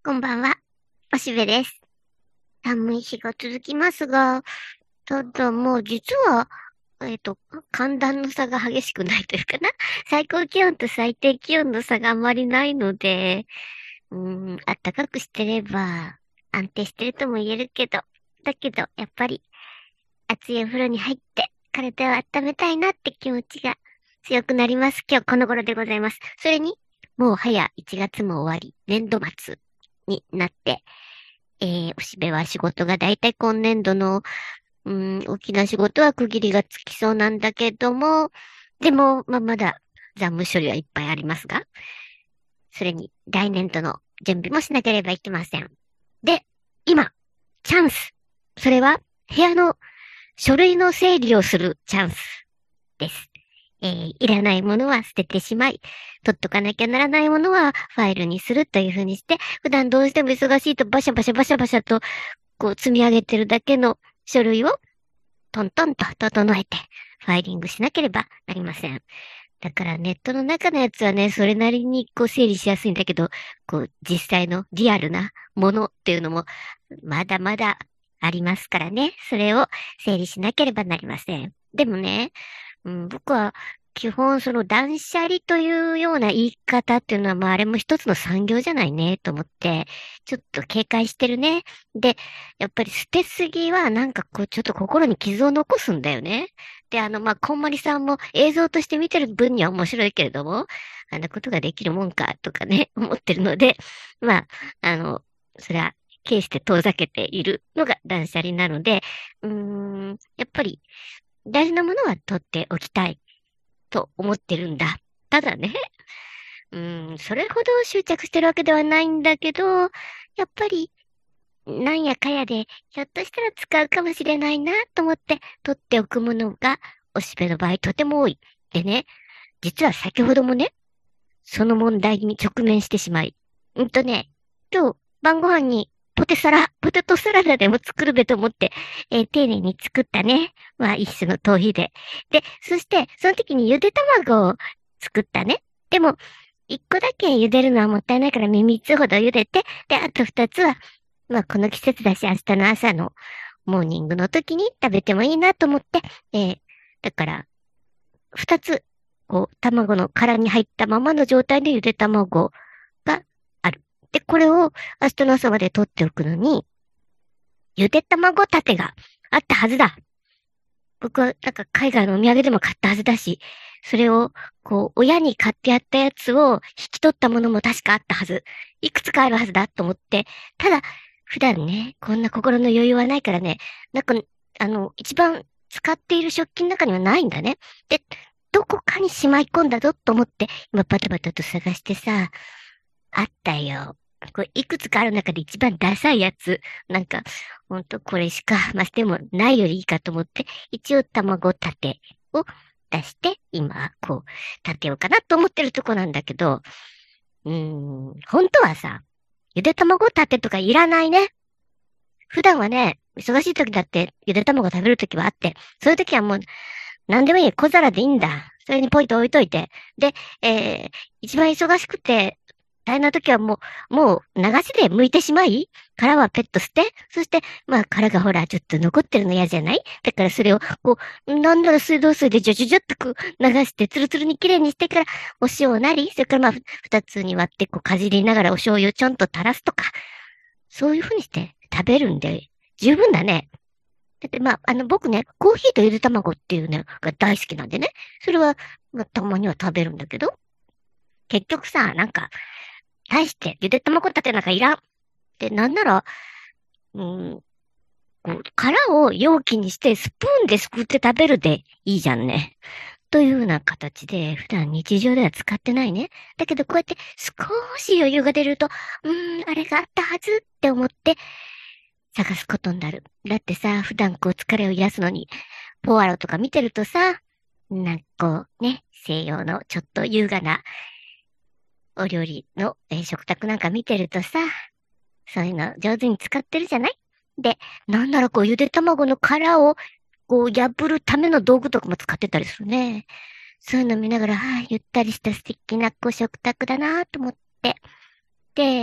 こんばんは、おしべです。寒い日が続きますが、ただもう実は、寒暖の差が激しくないというかな。最高気温と最低気温の差があまりないので、暖かくしてれば安定してるとも言えるけど、だけど、やっぱり熱いお風呂に入って体を温めたいなって気持ちが強くなります。今日この頃でございます。それに、もう早1月も終わり、年度末になって、おしべは仕事がだいたい今年度の、大きな仕事は区切りがつきそうなんだけども、でも、まだ残務処理はいっぱいありますが、それに来年度の準備もしなければいけません。で、今、チャンス。それは、部屋の書類の整理をするチャンスです。いらないものは捨ててしまい、取っとかなきゃならないものはファイルにするというふうにして、普段どうしても忙しいとバシャバシャバシャバシャとこう積み上げてるだけの書類をトントンと整えてファイリングしなければなりません。だからネットの中のやつはね、それなりにこう整理しやすいんだけど、こう実際のリアルなものっていうのもまだまだありますからね。それを整理しなければなりません。でもね、僕は基本その断捨離というような言い方っていうのは、あれも一つの産業じゃないねと思って、ちょっと警戒してるね。で、やっぱり捨てすぎはなんかこうちょっと心に傷を残すんだよね。で、こんまりさんも映像として見てる分には面白いけれども、あんなことができるもんかとかね、思ってるので、まあ、あの、それは、決して遠ざけているのが断捨離なので、やっぱり大事なものは取っておきたいと思ってるんだ。ただね、それほど執着してるわけではないんだけど、やっぱり、なんやかやで、ひょっとしたら使うかもしれないなと思って取っておくものが、おしべの場合とても多い。でね、実は先ほどもね、その問題に直面してしまい。今日晩ご飯にポテトサラダでも作るべと思って、丁寧に作ったね。一種の逃避で。で、そして、その時にゆで卵を作ったね。でも、一個だけ茹でるのはもったいないから3つほど茹でて、で、あと2つは、この季節だし明日の朝のモーニングの時に食べてもいいなと思って、だから、2つ、こう、卵の殻に入ったままの状態でゆで卵がある。で、これを明日の朝まで取っておくのに、ゆで卵立てがあったはずだ。僕はなんか海外のお土産でも買ったはずだし、それを、こう、親に買ってやったやつを引き取ったものも確かあったはず。いくつかあるはずだと思って、ただ、普段ね、こんな心の余裕はないからね、なんか、一番使っている食器の中にはないんだね。で、どこかにしまい込んだぞと思って、今バタバタと探してさ、あったよ。これいくつかある中で一番ダサいやつ。なんか、ほんとこれしか、でもないよりいいかと思って、一応卵立てを出して、今、こう、立てようかなと思ってるとこなんだけど、本当はさ、ゆで卵立てとかいらないね。普段はね、忙しい時だってゆで卵食べる時はあって、そういう時はもう、なんでもいい、小皿でいいんだ。それにポイと置いといて。で、一番忙しくて、大変な時はもう流しで剥いてしまい、殻はペット捨て、そして、殻がほら、ちょっと残ってるの嫌じゃない？だからそれを、こう、なんなら水道水でジョジョジョっとこう流して、ツルツルに綺麗にしてから、お塩をなり、それから二つに割って、こう、かじりながらお醤油をちょんと垂らすとか、そういう風にして食べるんで、十分だね。だって、僕ね、コーヒーとゆで卵っていうね、が大好きなんでね。それは、たまには食べるんだけど、結局さ、なんか、大して、ゆで卵立てなんかいらん。で、なんなら、うん、こう、殻を容器にしてスプーンですくって食べるでいいじゃんね。というような形で、普段日常では使ってないね。だけど、こうやって少し余裕が出ると、あれがあったはずって思って探すことになる。だってさ、普段こう疲れを癒すのに、ポアロとか見てるとさ、なんかこうね、西洋のちょっと優雅なお料理の、食卓なんか見てるとさ、そういうの上手に使ってるじゃない？で、なんならこうゆで卵の殻をこう破るための道具とかも使ってたりするね。そういうの見ながら、ゆったりした素敵なこう食卓だなと思って。で、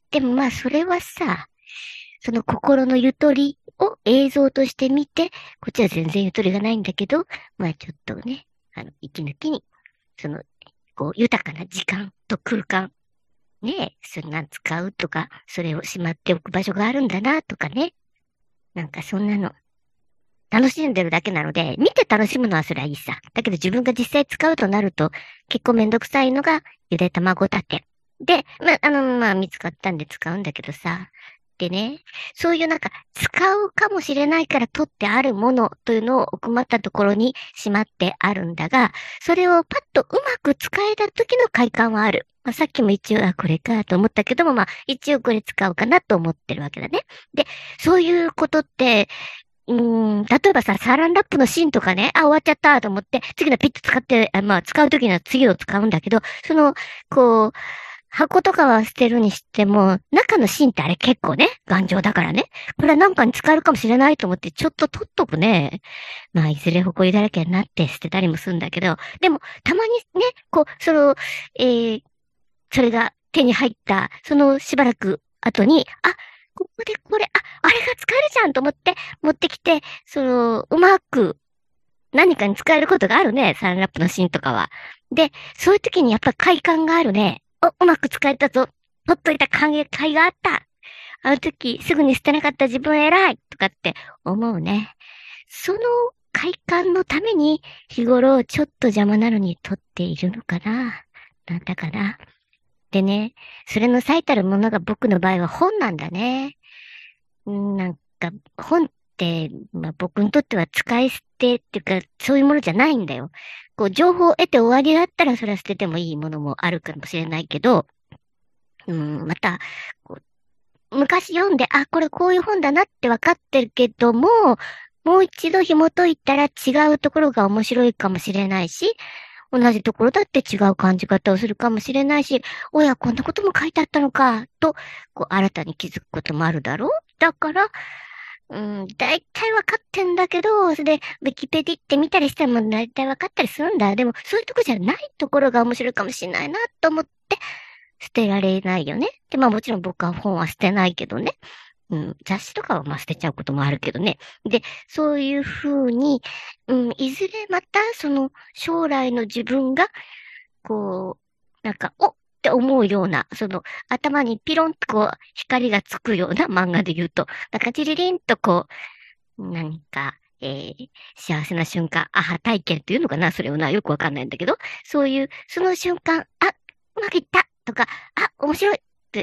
でもまあ、それはさ、その心のゆとりを映像として見て、こっちは全然ゆとりがないんだけど、まあちょっとね、息抜きに、その、こう、豊かな時間と空間、ね、そんなん使うとか、それをしまっておく場所があるんだな、とかね。なんかそんなの、楽しんでるだけなので、見て楽しむのはそれはいいさ。だけど自分が実際使うとなると、結構めんどくさいのが、ゆで卵立て。で、まあ見つかったんで使うんだけどさ。でね、そういうなんか、使うかもしれないから取ってあるものというのを奥まったところにしまってあるんだが、それをパッとうまく使えた時の快感はある。まあ、さっきも一応、これかと思ったけども、まあ、一応これ使うかなと思ってるわけだね。で、そういうことって、例えばさ、サランラップの芯とかね、終わっちゃったと思って、次のピッと使って、まあ、使うときには次を使うんだけど、こう、箱とかは捨てるにしても、中の芯ってあれ結構ね、頑丈だからね。これはなんかに使えるかもしれないと思って、ちょっと取っとくね。まあ、いずれ埃だらけになって捨てたりもするんだけど、でも、たまにね、えーそれが手に入った、そのしばらく後に、ここでこれ、あれが使えるじゃんと思って持ってきて、うまく何かに使えることがあるね、サランラップの芯とかは。で、そういう時にやっぱ快感があるね。うまく使えたぞ。取っといた甲斐があった。あの時すぐに捨てなかった自分偉いとかって思うね。その快感のために日頃ちょっと邪魔なのに取っているのかな。なんだかな。でね、それの最たるものが僕の場合は本なんだね。なんか、本って、まあ僕にとっては使い捨てっていうか、そういうものじゃないんだよ。こう、情報を得て終わりだったらそれは捨ててもいいものもあるかもしれないけど、また、こ昔読んで、これこういう本だなって分かってるけども、もう一度紐解いたら違うところが面白いかもしれないし、同じところだって違う感じ方をするかもしれないし、こんなことも書いてあったのか、と、新たに気づくこともあるだろう。だから、大体わかってんだけど、それで、ウィキペディって見たりしても大体わかったりするんだ。でも、そういうとこじゃないところが面白いかもしれないな、と思って、捨てられないよね。で、まあもちろん僕は本は捨てないけどね。雑誌とかはまあ捨てちゃうこともあるけどね。で、そういうふうに、いずれまた将来の自分が、なんか、おって思うような、頭にピロンと光がつくような漫画で言うと、なんかジリリンと何か、幸せな瞬間、アハ体験っていうのかなそれをな、よくわかんないんだけど、そういう、その瞬間、うまくいったとか、面白いって、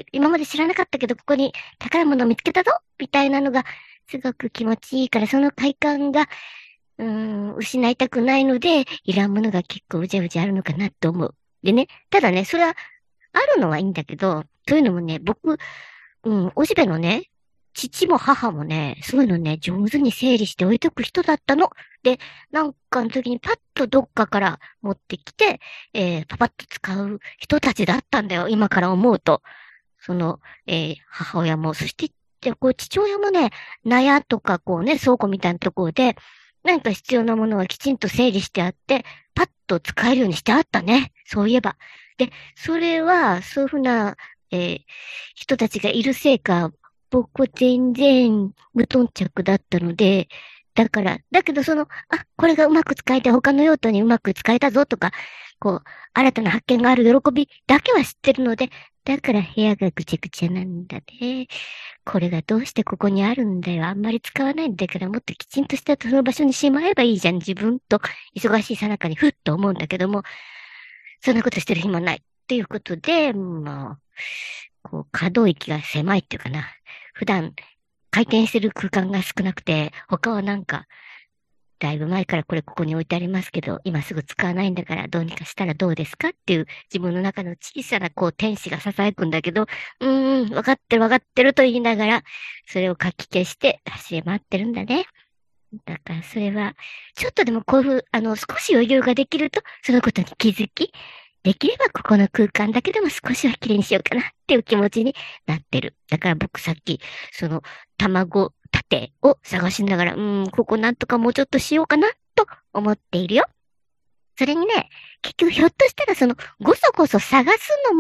今まで知らなかったけど、ここに宝物を見つけたぞみたいなのが、すごく気持ちいいから、その快感が、失いたくないので、いらんものが結構うじゃうじゃあるのかなって思う。でね、ただね、それは、あるのはいいんだけど、そういうのもね、僕、おしべのね、父も母もね、そういうのね、上手に整理して置いとく人だったの。で、なんかの時にパッとどっかから持ってきて、パパッと使う人たちだったんだよ、今から思うと。母親も、そして、父親もね、納屋とか倉庫みたいなところで、何か必要なものはきちんと整理してあって、パッと使えるようにしてあったね。そういえば。で、それは、そういうふうな、人たちがいるせいか、僕全然無頓着だったので、だけどこれがうまく使えて他の用途にうまく使えたぞとか、新たな発見がある喜びだけは知ってるので、だから部屋がぐちゃぐちゃなんだね。これがどうしてここにあるんだよ。あんまり使わないんだからもっときちんとしたその場所にしまえばいいじゃん。自分と忙しいさなかにふっと思うんだけども、そんなことしてる暇ない。っていうことで、まあ、可動域が狭いっていうかな。普段回転してる空間が少なくて、他はなんか、だいぶ前からここに置いてありますけど、今すぐ使わないんだからどうにかしたらどうですかっていう自分の中の小さな天使が囁くんだけど、わかってるわかってると言いながら、それを書き消して走り回ってるんだね。だからそれは、ちょっとでもこういうふう、少し余裕ができると、そのことに気づき、できればここの空間だけでも少しは綺麗にしようかなっていう気持ちになってる。だから僕さっき、卵盾を探しながら、ここなんとかもうちょっとしようかなと思っているよ。それにね、結局ひょっとしたらごそごそ探すのも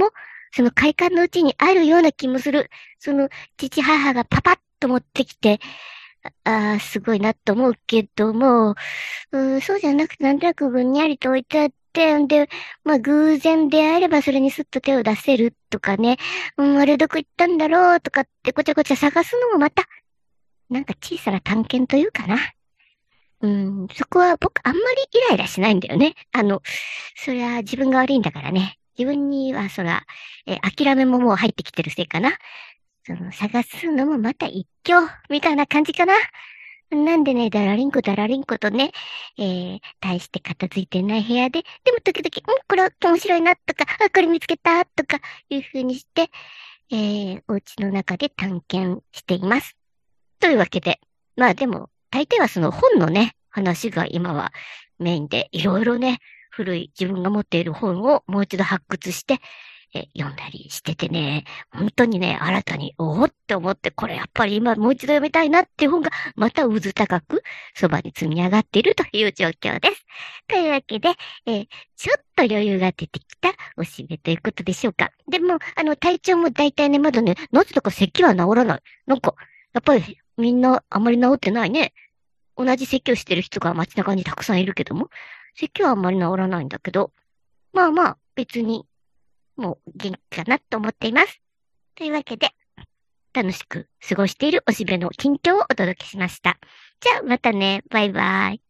その快感のうちにあるような気もする。その父母がパパッと持ってきて、すごいなと思うけども、そうじゃなくてなんとなくぐんにゃりと置いてあって、んで、まあ偶然であればそれにスッと手を出せるとかね、あれどこ行ったんだろうとかってごちゃごちゃ探すのもまた、なんか小さな探検というかな。そこは僕あんまりイライラしないんだよね。そりゃ自分が悪いんだからね。自分にはそら、諦めももう入ってきてるせいかな。その探すのもまた一興みたいな感じかな。なんでね、だらりんことね、大して片付いてない部屋で、でも時々、これは面白いなとか、これ見つけたとかいう風にして、お家の中で探検しています。というわけで、まあでも、大抵はその本のね、話が今はメインで、いろいろね、古い自分が持っている本をもう一度発掘して、読んだりしててね、本当にね、新たに、おおって思って、これやっぱり今もう一度読みたいなっていう本が、また渦高く、そばに積み上がっているという状況です。というわけで、ちょっと余裕が出てきたおしめということでしょうか。でも、体調も大体ね、まだね、なぜだか咳は治らない。なんか、やっぱりみんなあんまり治ってないね。同じ咳をしてる人が街中にたくさんいるけども、咳はあんまり治らないんだけど、まあまあ、別にもう元気かなと思っています。というわけで、楽しく過ごしているおしべの近況をお届けしました。じゃあまたね。バイバイ。